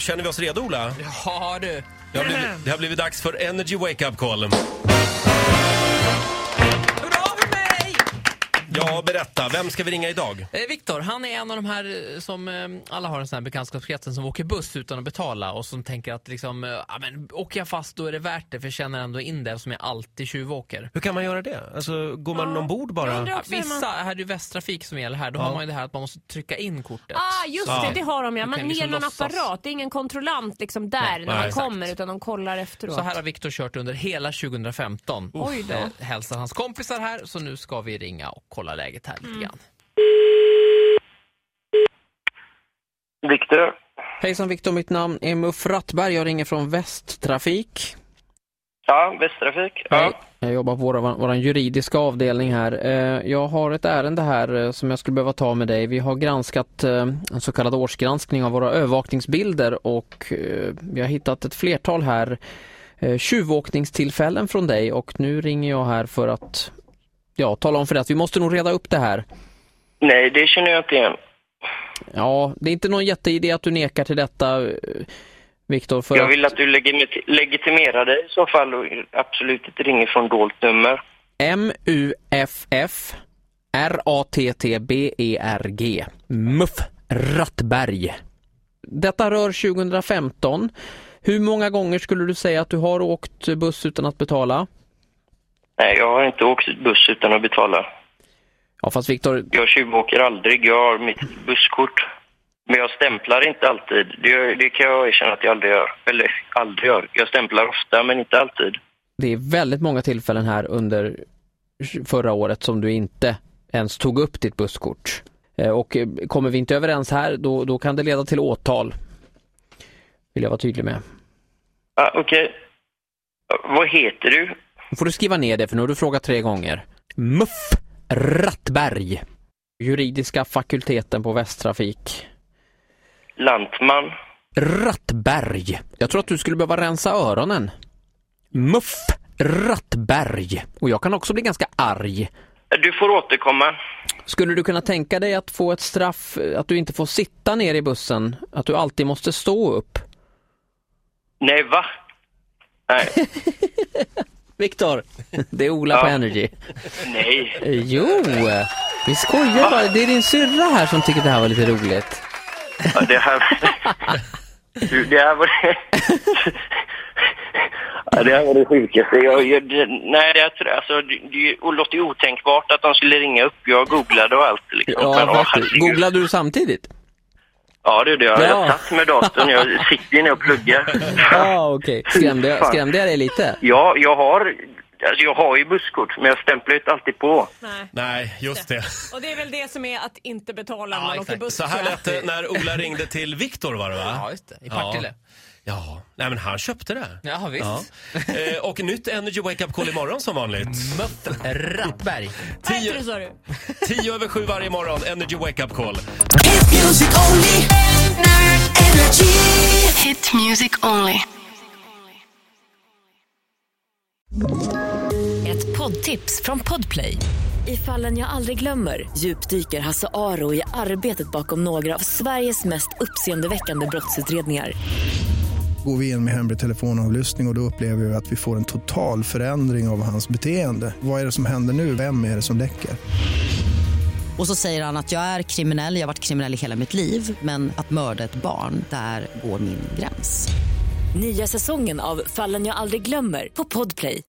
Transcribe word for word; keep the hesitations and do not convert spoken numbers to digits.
känner vi oss redo, Ola? Ja, du. Det har blivit, det har blivit dags för Energy Wake Up Call. Ja, berätta. Vem ska vi ringa idag? Eh, Viktor, han är en av de här som eh, alla har en sån här bekantskapskretsen som åker buss utan att betala och som tänker att liksom, eh, ja, men, åker jag fast då är det värt det för jag känner ändå in det som jag alltid tjuvåker. Hur kan man göra det? Alltså, går man ja. ombord bara? Ja, vissa, här är det Västtrafik som gäller här, då ja. har man ju det här att man måste trycka in kortet. Ah, just ja. det, det har de ja. Man ger liksom någon låtsas. apparat, det är ingen kontrollant liksom där nej, när man nej, kommer utan de kollar efteråt. Så här har Viktor kört under hela tjugo femton. Oj då. Eh, hälsar hans kompisar här, så nu ska vi ringa och kolla läget här lite mm. grann. Viktor. Hejsan Viktor, mitt namn är Muff Rattberg. Jag ringer från Västtrafik. Ja, Västtrafik. Ja. Jag jobbar på vår, vår juridiska avdelning här. Jag har ett ärende här som jag skulle behöva ta med dig. Vi har granskat en så kallad årsgranskning av våra övervakningsbilder och vi har hittat ett flertal här tjuvåkningstillfällen från dig och nu ringer jag här för att ja, tala om för det att vi måste nog reda upp det här. Nej, det känner jag inte igen. Ja, det är inte någon jätteidé att du nekar till detta, Viktor. För jag vill att, att du legitimerar dig i så fall och absolut inte ringer från dolt nummer. M U F F R A T T B E R G. Muff Rattberg. Detta rör tjugo femton. Hur många gånger skulle du säga att du har åkt buss utan att betala? Nej, jag har inte åkt buss utan att betala. Ja, fast Viktor... Jag tjuvåker aldrig. Jag har mitt busskort. Men jag stämplar inte alltid. Det, det kan jag erkänna att jag aldrig gör. Eller aldrig gör. Jag stämplar ofta, men inte alltid. Det är väldigt många tillfällen här under förra året som du inte ens tog upp ditt busskort. Och kommer vi inte överens här, då, då kan det leda till åtal. Vill jag vara tydlig med. Ah, okej. Okay. Vad heter du? Då får du skriva ner det, för nu har du frågat tre gånger. Muff Rattberg. Juridiska fakulteten på Västtrafik. Lantman. Rattberg. Jag tror att du skulle behöva rensa öronen. Muff Rattberg. Och jag kan också bli ganska arg. Du får återkomma. Skulle du kunna tänka dig att få ett straff, att du inte får sitta ner i bussen? Att du alltid måste stå upp? Nej, va? Nej. Viktor, det är Ola ja. på Energy. Nej. Jo, vi skojar bara. Det är din syrra här som tycker det här var lite roligt. Ja, det här... Du, det här var det... Ja, det här var det sjukaste. Jag, jag, det, nej, jag tror... Alltså, det, det låter ju otänkbart att de skulle ringa upp. Jag googlade och allt. Liksom. Ja, men, faktiskt. Åh, googlade du samtidigt? Ja, det är det. Jag, ja. jag satt med datorn. Jag sitter ner och pluggar. Ja, ah, okej. Okay. Skrämde, skrämde jag dig lite? Ja, jag har... Alltså jag har ju busskort, men jag stämplar inte alltid på. Nej, Nej just det. Och det är väl det som är att inte betala när ja, man åker buss. Så här lät det när Ola ringde till Viktor, var det va? Ja, just det. I Partille. Ja. ja, nej men han köpte det. Ja, visst. Ja. Eh, och nytt Energy Wake Up Call imorgon som vanligt. Muff Rattberg. Tio, tio över sju varje morgon, Energy Wake Up Call. Hit music only. Energy. Hit music only. Ett poddtips från Podplay. I Fallen jag aldrig glömmer djupdyker Hasse Aro i arbetet bakom några av Sveriges mest uppseendeväckande brottsutredningar. Går vi in med hemlig telefonavlyssning och, och då upplever vi att vi får en total förändring av hans beteende. Vad är det som händer nu? Vem är det som läcker? Och så säger han att jag är kriminell, jag har varit kriminell i hela mitt liv. Men att mörda ett barn, där går min gräns. Nya säsongen av Fallen jag aldrig glömmer på Podplay.